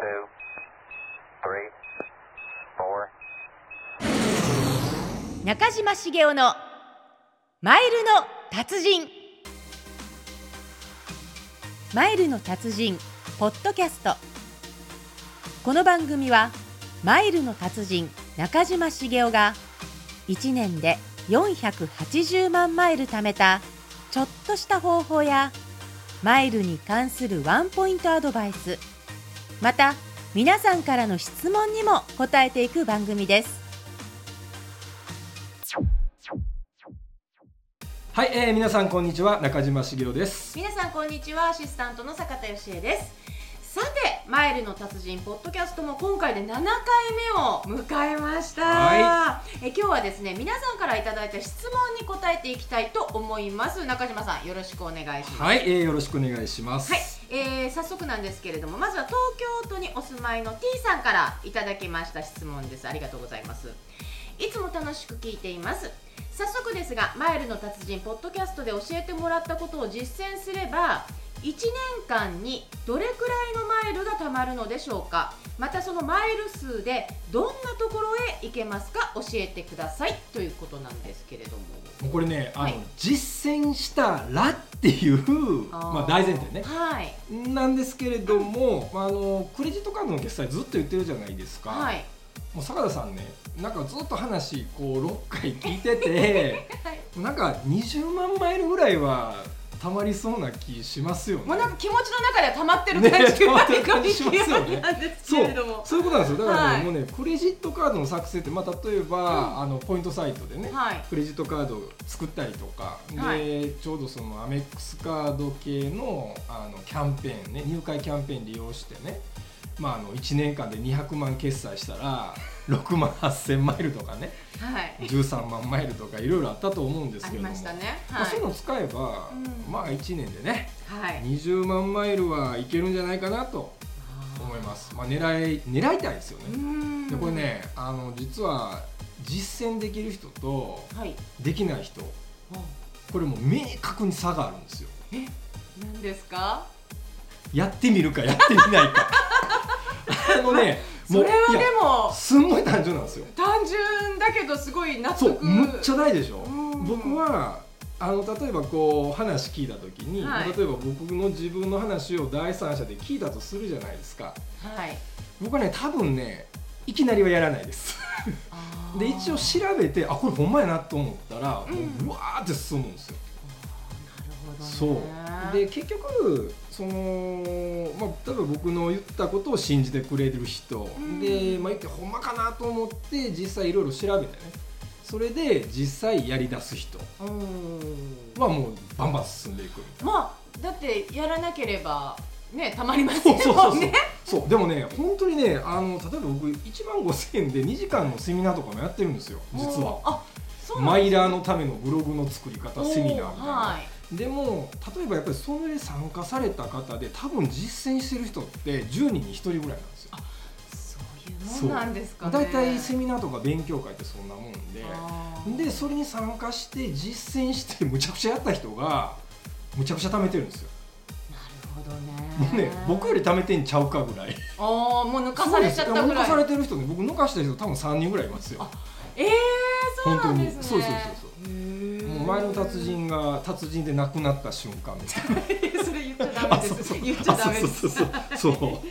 中島茂雄のマイルの達人。マイルの達人ポッドキャスト。この番組はマイルの達人中島茂雄が1年で480万マイル貯めたちょっとした方法やマイルに関するワンポイントアドバイス、また皆さんからの質問にも答えていく番組です。 はい、皆さんこんにちは、中島茂雄です。 皆さんこんにちは、アシスタントの坂田芳恵です。さて、マイルの達人ポッドキャストも今回で7回目を迎えました。今日はですね、皆さんからいただいた質問に答えていきたいと思います。中島さん、よろしくお願いします。 はい、よろしくお願いします。 はい、早速なんですけれども、まずは東京都にお住まいの T さんからいただきました質問です。ありがとうございます。いつも楽しく聞いています。早速ですが、マイルの達人ポッドキャストで教えてもらったことを実践すれば1年間にどれくらいのマイルが貯まるのでしょうか。またそのマイル数でどんなところへ行けますか、教えてくださいということなんですけれども、 これね、 はい、 実践したらっていう大前提ね、 はい、 なんですけれども、クレジットカードの決済ずっと言ってるじゃないですか。 はい、 もう坂田さんね、なんかずっと話6回聞いてて、はい、なんか20万マイルぐらいはたまりそうな気しますよね。 もうなんか気持ちの中ではたまってる感じがしますよね。 そういうことなんですよ。だからね、 はい、 もうね、クレジットカードの作成って、例えば、ポイントサイトでね、はい、クレジットカードを作ったりとか、はい、でちょうどそのアメックスカード系の、キャンペーンね、入会キャンペーン利用してね、1年間で200万決済したら6万8000マイルとかね、はい、13万マイルとかいろいろあったと思うんですけども、ありましたね、はい、そういうの使えば、1年でね、はい、20万マイルはいけるんじゃないかなと思います。狙いたいですよね。でこれね、実は実践できる人とできない人、はい、これも明確に差があるんですよ。 何ですか？ やってみるかやってみないかそれはでもすんごい単純なんですよ。 単純だけどすごい納得。 そう、むっちゃ大でしょ。僕は例えばこう話聞いた時に、はい、例えば僕の自分の話を第三者で聞いたとするじゃないですか。はい、僕はね、多分ね、いきなりはやらないですで一応調べて、これほんまやなと思ったら、もううわーって進むんですよ。そうで結局その、例えば僕の言ったことを信じてくれる人で、言ってほんまかなと思って実際いろいろ調べてね、それで実際やりだす人はもうバンバン進んでいく。 だってやらなければね、たまりますよね。 そうでもね、本当にね、例えば僕1万5000円で2時間のセミナーとかもやってるんですよ、実は。マイラーのためのブログの作り方セミナーみたいな、はい、でも例えばやっぱりそれ参加された方で多分実践してる人って10人に1人ぐらいなんですよ。 そういうもんなんですかね。 だいたいセミナーとか勉強会ってそんなもんで、それに参加して実践してむちゃくちゃやった人がむちゃくちゃ貯めてるんですよ。 なるほどね。 もうね、僕より貯めてんちゃうかぐらい。 もう抜かされちゃったぐらい。 抜かされてる人ね、僕抜かした人多分3人ぐらいいますよ。 そうなんですね。 そう。もう前の達人が達人で亡くなった瞬間みたいなそれ言っちゃダメです。言っちゃダメです。そうちなみに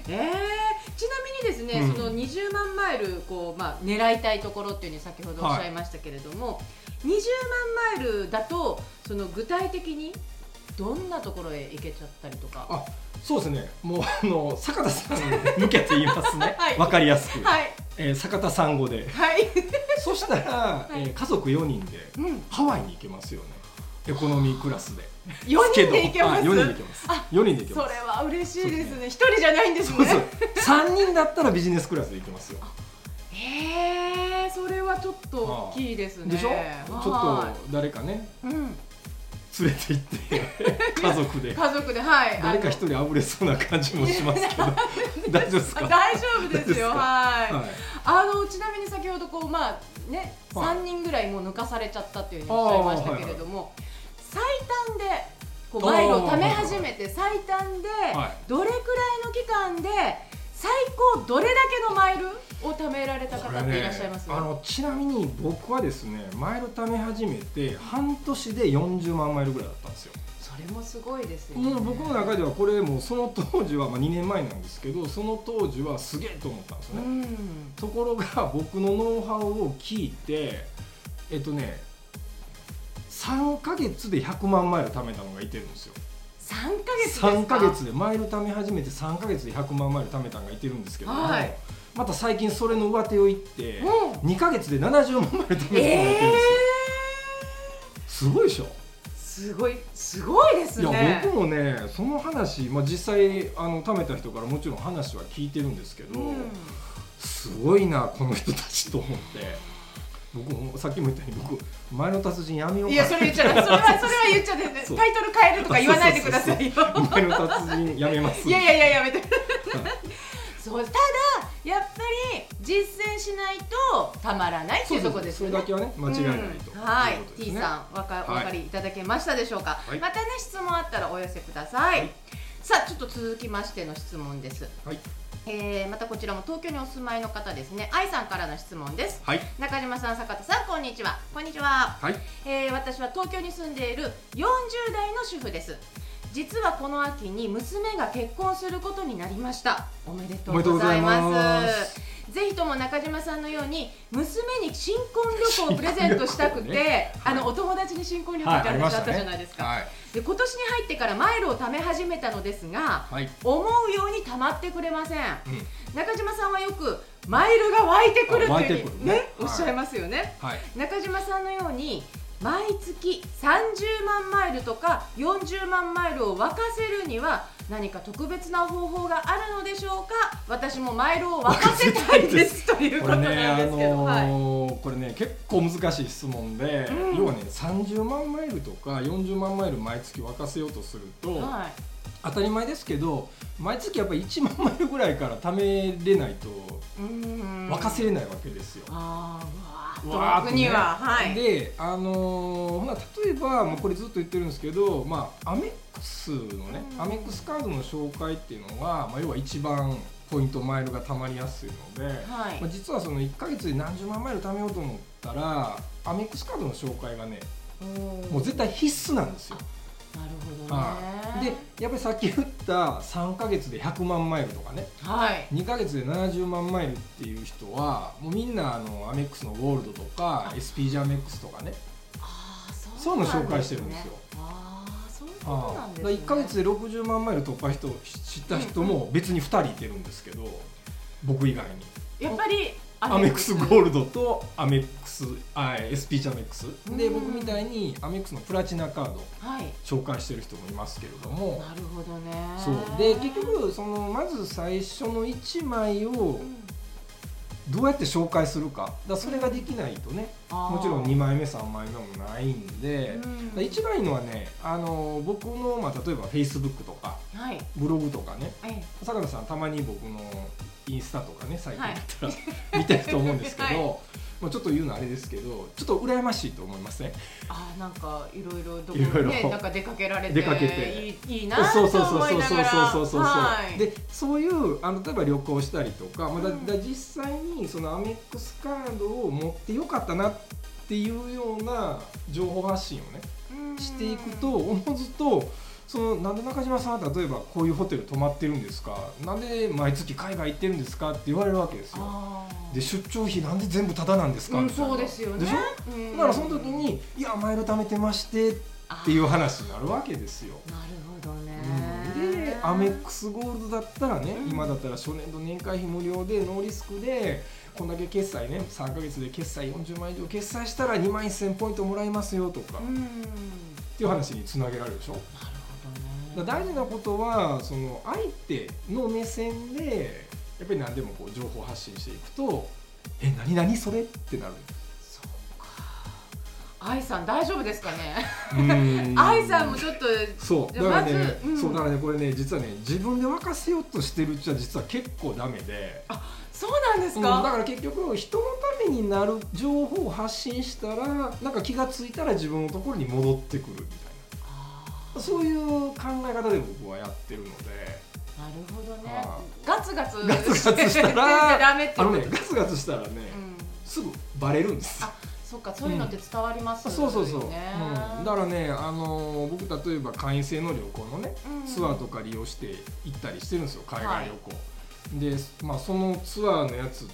ですね、その20万マイル狙いたいところっていうふうに先ほどおっしゃいましたけれども、20万マイルだとその具体的にどんなところへ行けちゃったりとか。 そうですね、もう坂田さんに向けて言いますね、はい、分かりやすく、はい、坂田さん語で、はい、そしたら、はい、家族4人でハワイに行けますよね、エコノミークラスで。 4人で行けます。 4人で行けます。4人で行けます。 それは嬉しいですね。1人じゃないんですね。 3人だったらビジネスクラスで行けますよ。 それはちょっと大きいですね。 でしょ。ちょっと誰かね、連れて行って家族で、はい、誰か一人あぶれそうな感じもしますけど大丈夫ですか？ 大丈夫ですよ。はい。ちなみに先ほど3人ぐらいもう抜かされちゃったっていうふうにおっしゃいましたけれども、最短でマイルを貯め始めて最短でどれくらいの期間で最高どれだけのマイルを貯められた方っていらっしゃいます？ ちなみに僕はですね、マイル貯め始めて半年で40万マイルぐらいだったんですよ。 それもすごいですよね。 僕の中ではこれもうその当時は、2年前なんですけど、その当時はすげえと思ったんですよね。ところが僕のノウハウを聞いて3ヶ月で100万マイル貯めたのがいてるんですよ。 3ヶ月ですか ？3ヶ月でマイル貯め始めて3ヶ月で100万マイル貯めたのがいてるんですけども、また最近それの上手をいって2ヶ月で70万マイル貯めたのがいてるんですよ。すごいでしょ？すごいですね。 いや僕もねその話、実際貯めた人からもちろん話は聞いてるんですけど、すごいなこの人たちと思って。僕もさっきも言ったように僕前の達人やめようかな。 いやそれ言っちゃダメ。それは言っちゃダメ。タイトル変えるとか言わないでくださいよ。 前の達人やめます。 いややめて。そう、ただやっぱり実践しないとたまらないっていうところですよね。 それだけはね間違いないと。 はい、T さんお分かりいただけましたでしょうか。またね質問あったらお寄せください。さあちょっと続きましての質問です。またこちらも東京にお住まいの方ですね。愛さんからの質問です。中島さん、坂田さん、こんにちは。こんにちは。私は東京に住んでいる40代の主婦です。実はこの秋に娘が結婚することになりました。おめでとうございます。ぜひとも中島さんのように娘に新婚旅行をプレゼントしたくて、お友達に新婚旅行ってあったじゃないですか。で今年に入ってからマイルを貯め始めたのですが、思うように貯まってくれません。中島さんはよくマイルが湧いてくるというふうにねおっしゃいますよね。中島さんのように毎月30万マイルとか40万マイルを沸かせるには何か特別な方法があるのでしょうか。私もマイルを沸かせたいですということなんですけど、 これね結構難しい質問で、要はね30万マイルとか40万マイル毎月沸かせようとすると、当たり前ですけど毎月やっぱり1万マイルぐらいから貯めれないと沸かせれないわけですよ。 僕には、 で、例えばもうこれずっと言ってるんですけど、アメックスのね、アメックスカードの紹介っていうのが、要は一番ポイントマイルが貯まりやすいので、実はその1ヶ月で何十万マイル貯めようと思ったらアメックスカードの紹介がね、もう絶対必須なんですよ。 なるほどね。 でやっぱりさっき言った3ヶ月で100万マイルとかね、2ヶ月で70万マイルっていう人はもうみんなアメックスのゴールドとか SP ジャメックスとかね、そういうの紹介してるんですよ。1ヶ月で60万マイル突破した人も別に2人いてるんですけど、僕以外にやっぱりアメックスゴールドとアメックスSP ジャメックスで、僕みたいにアメックスのプラチナカード紹介してる人もいますけれども、 なるほどね。 そうで結局まず最初の1枚をどうやって紹介するか、それができないとね、もちろん2枚目3枚目もないんで、一番いいのはね、僕の、例えば Facebook とか、ブログとかね、坂田さんたまに僕のインスタとかね最近だったら見てると思うんですけど、ちょっと言うのあれですけどちょっと羨ましいと思いますね。 なんかいろいろどこにねなんか出かけられていいなと思いながら、 でそういう例えば旅行したりとか、実際にそのアメックスカードを持ってよかったなっていうような情報発信をねしていくと、おのずとなんで中島さんは例えばこういうホテル泊まってるんですか、なんで毎月海外行ってるんですかって言われるわけですよ。で出張費なんで全部タダなんですかみたいな、 そうですよね。 でしょ、だからその時にいやマイル貯めてましてっていう話になるわけですよ。 なるほどね。 でアメックスゴールドだったらね、今だったら初年度年会費無料でノーリスクでこんだけ決済ね3ヶ月で決済40万以上決済したら2万1000ポイントもらえますよとかっていう話につなげられるでしょ。大事なことはその相手の目線でやっぱり何でもこう情報発信していくと何それってなる。 そうか。愛さん大丈夫ですかね。愛さんもちょっとそうだからね、そうだからねこれね実はね自分で沸かせようとしてるうちは実は結構ダメで。 そうなんですか。 だから結局人のためになる情報を発信したらなんか気がついたら自分のところに戻ってくるみたいな、そういう考え方で僕はやってるので。 なるほどね。がっツガツしたらダメってガツガツしたらね、すぐバレるんです。 そっか、そういうのって伝わりますよね。 そう、だからね、僕例えば会員制の旅行のね、ツアーとか利用して行ったりしてるんですよ、海外旅行。で、そのツアーのやつって、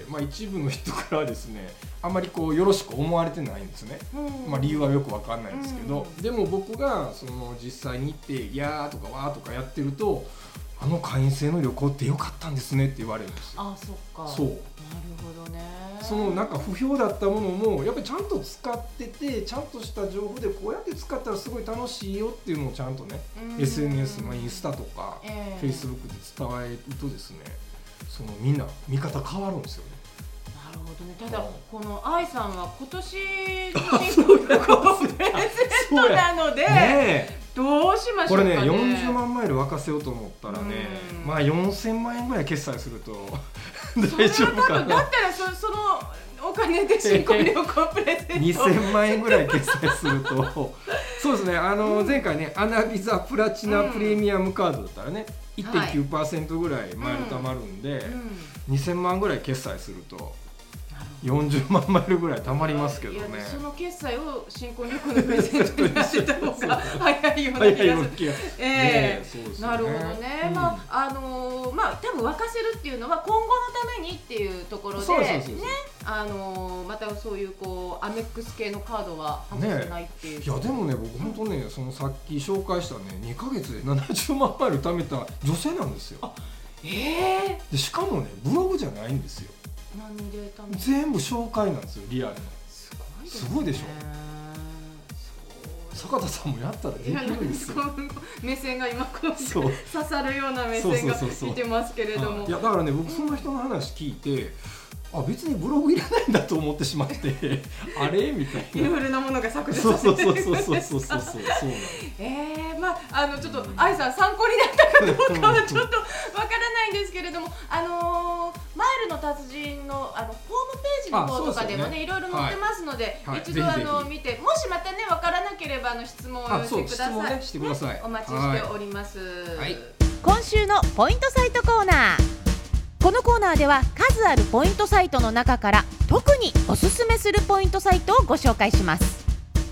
一部の人からですね、あんまりこうよろしく思われてないんですね。理由はよくわかんないんですけど、でも僕がその実際に行って「いやー」とか「わー」とかやってると「あの会員制の旅行ってよかったんですね」って言われるんですよ。 あ、そっか。 そう。 なるほどね。 そのなんか不評だったものもやっぱりちゃんと使ってて、ちゃんとした情報でこうやって使ったらすごい楽しいよっていうのをちゃんとね、SNS、インスタとか、Facebook で伝えるとですね、そのみんな見方変わるんですよね。 なるほどね。ただこの愛さんは今年の新婚旅行プレゼントなので、どうしましょうかね。 これね、40万マイル沸かせようと思ったらね、4000万円ぐらい決済すると大丈夫かな。 だったらそのお金で新婚旅行プレゼント 2000万円ぐらい決済するとそうですね、前回ね、アナビザプラチナプレミアムカードだったらね、1.9% ぐらいマイル貯まるんで、2000万ぐらい決済すると40万マイルぐらい貯まりますけどね。 その決済を新婚旅行のプレゼントにやってた方が早いような気がする。なるほどね。多分沸かせるっていうのは今後のためにっていうところでね、またそういうこうアメックス系のカードは外せないっていう。 いやでもね、僕本当ね、そのさっき紹介したね、2ヶ月で70万マイル貯めた女性なんですよ。でしかもね、ブログじゃないんですよ。 何で貯めた？ 全部紹介なんですよ、リアルの。すごいでしょ。坂田さんもやったらできるんですよ。 目線が今こう刺さるような目線が見てますけれども。 いやだからね、僕その人の話聞いて、別にブログいらないんだと思ってしまってあれみたいな、 いろいろなものが削除されてる。 そうちょっと愛さん参考になったかどうかはちょっとわからないんですけれども、マイルの達人のホームページの方とかでもね、いろいろ載ってますので、一度見て、もしまたねわからなければ質問をしてください。お待ちしております。今週のポイントサイトコーナー。このコーナーでは数あるポイントサイトの中から特におすすめするポイントサイトをご紹介します。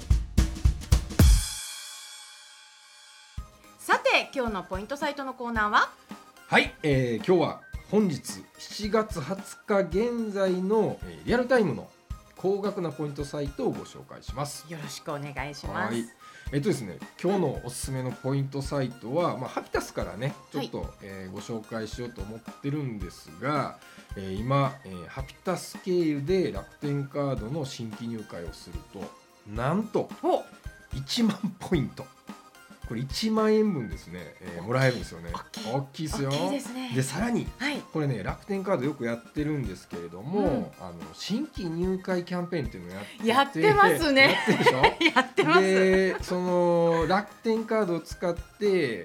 さて、今日のポイントサイトのコーナーは、 はい、今日は本日7月20日現在のリアルタイムの高額なポイントサイトをご紹介します。 よろしくお願いします。 ですね、今日のおすすめのポイントサイトは、ハピタスからねちょっと、ご紹介しようと思ってるんですが、今、ハピタス経由で楽天カードの新規入会をするとなんと1万ポイント、これ1万円分ですね、もらえるんですよね。大きいですよ。でさらに、これね、楽天カードよくやってるんですけれども、新規入会キャンペーンっていうのをやってますね。 やってるでしょやってます。 でその楽天カードを使って、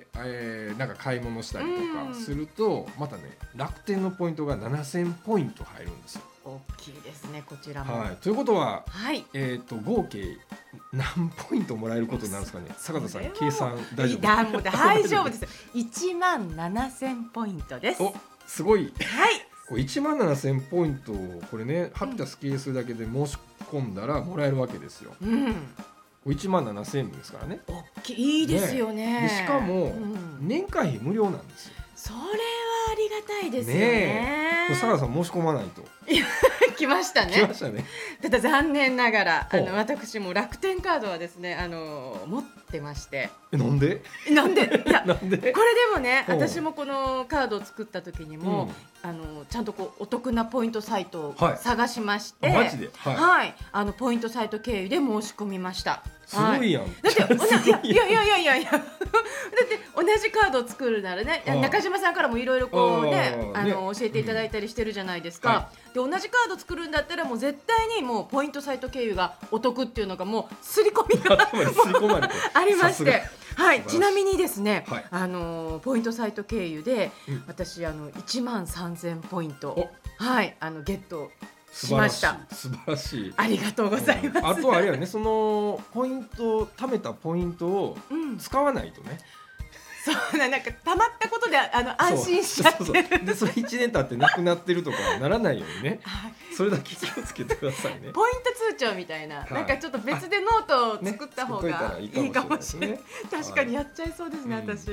なんか買い物したりとかすると、またね、楽天のポイントが7000ポイント入るんですよ。 大きいですね、こちらも。 ということは、合計何ポイントもらえることになるんですかね。坂田さん、計算大丈夫？ もう大丈夫です。1万7000ポイントです。 すごい。これ1万7000ポイントをこれね、ハピタス経由するだけで申し込んだらもらえるわけですよ。1万7000円ですからね。 大きい、いいですよね。 でしかも年会費無料なんですよ。 それはありがたいですよね。 坂田さん申し込まないと。 来ましたね。 来ましたね。 ただ残念ながら私も楽天カードはですね、持ってまして。 なんで？ いやこれでもね、私もこのカードを作った時にも、ちゃんとこうお得なポイントサイトを探しまして、 マジで、 ポイントサイト経由で申し込みました。 すごいやん。だってだって同じカードを作るならね、中島さんからもいろいろこうね、教えていただいたりしてるじゃないですか。で、同じカード作るんだったらもう絶対にもうポイントサイト経由がお得っていうのがもう刷り込みがありまして、ちなみにですね、ポイントサイト経由で私1万3000ポイントゲットしました。 素晴らしい。 ありがとうございます。 あとはあれやね、そのポイント、貯めたポイントを使わないとね。 そうなんか溜まったことで安心しちゃってる。 そうでそれ1年経ってなくなってるとかならないようにねそれだけ気をつけてくださいね。 ポイント通帳みたいな、なんかちょっと別でノートを作った方がいいかもしれない。確かにやっちゃいそうですね、私。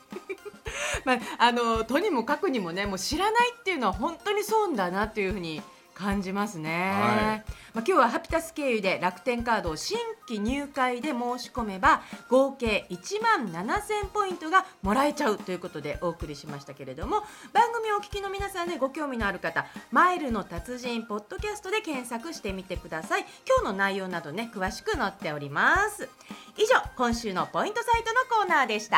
とにもかくにもね、もう知らないっていうのは本当に損だなっていうふうに感じますね。今日はハピタス経由で楽天カードを新規入会で申し込めば合計17,000ポイントがもらえちゃうということでお送りしましたけれども、番組をお聞きの皆さんでご興味のある方、マイルの達人ポッドキャストで検索してみてください。今日の内容などね、詳しく載っております。以上、今週のポイントサイトのコーナーでした。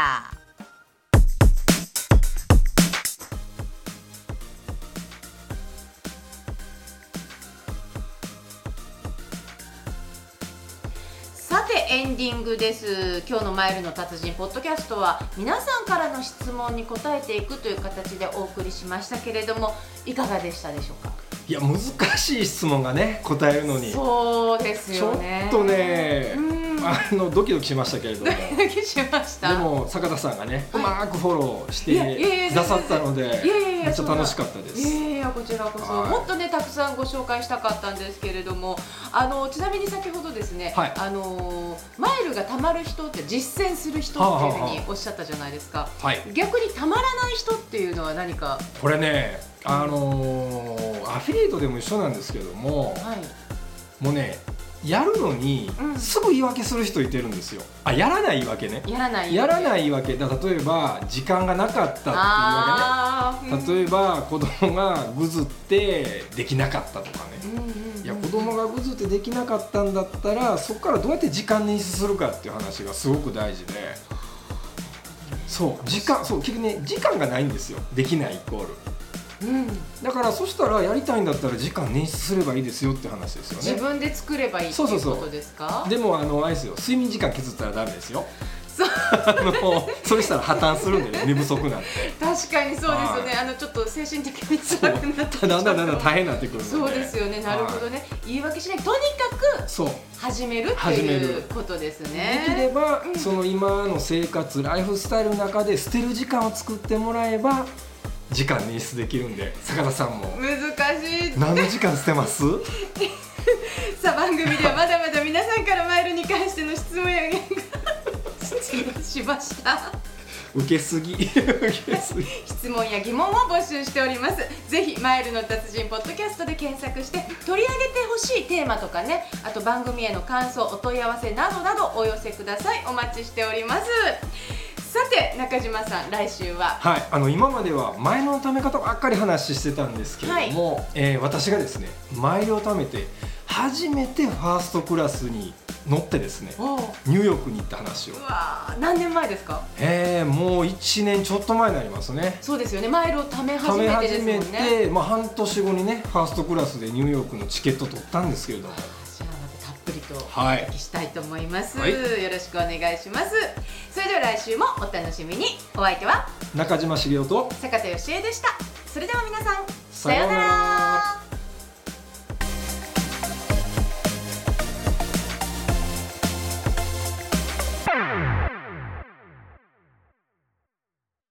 さてエンディングです。今日のマイルの達人ポッドキャストは皆さんからの質問に答えていくという形でお送りしましたけれども、いかがでしたでしょうか。 いや難しい質問がね答えるのにそうですよね。 ちょっとねドキドキしましたけれどもドキドキしました。 でも坂田さんがね、うまくフォローしてくださったのでめっちゃ楽しかったです。 いやこちらこそ、もっとねたくさんご紹介したかったんですけれども、ちなみに先ほどですね、マイルがたまる人って実践する人っていうふうにおっしゃったじゃないですか。逆にたまらない人っていうのは何か。 これねアフィリエイトでも一緒なんですけども、もうねやるのにすぐ言い訳する人いてるんですよ。やらない言い訳ね。やらない言い訳だ。例えば時間がなかったっていうわけね。例えば子供がぐずってできなかったとかね。いや子供がぐずってできなかったんだったらそこからどうやって時間にするかっていう話がすごく大事で、そう結局ね時間がないんですよ。できないイコール。だからそしたらやりたいんだったら時間捻出すればいいですよって話ですよね。 自分で作ればいいっていうことですか。 でもあれですよ、睡眠時間削ったらダメですよ。それしたら破綻するんでね、寝不足なんて。 確かにそうですよね。ちょっと精神的に辛くなってだんだん大変になってくるので。 そうですよね。なるほどね。言い訳しない、とにかく始めるっていうことですね。 できればその今の生活ライフスタイルの中で捨てる時間を作ってもらえば時間捻出できるんで、坂田さんも難しい。 何の時間捨てます？ さあ番組ではまだまだ皆さんからマイルに関しての質問や失礼しました。 受けすぎ質問や疑問を募集しております。ぜひマイルの達人ポッドキャストで検索して取り上げてほしいテーマとかね、あと番組への感想、お問い合わせなどなどお寄せください。お待ちしております。さて中島さん、来週は今まではマイルの貯め方ばっかり話してたんですけれども、私がですねマイルを貯めて初めてファーストクラスに乗ってですねニューヨークに行った話を。 何年前ですか？ もう1年ちょっと前になりますね。 そうですよね。マイルを貯め始めてですもんね。 半年後にねファーストクラスでニューヨークのチケット取ったんですけれども、 じゃあまたたっぷりとお聞きしたいと思います。よろしくお願いします。それでは来週もお楽しみに。お相手は中島茂雄と坂田芳恵でした。それでは皆さん、 さようなら。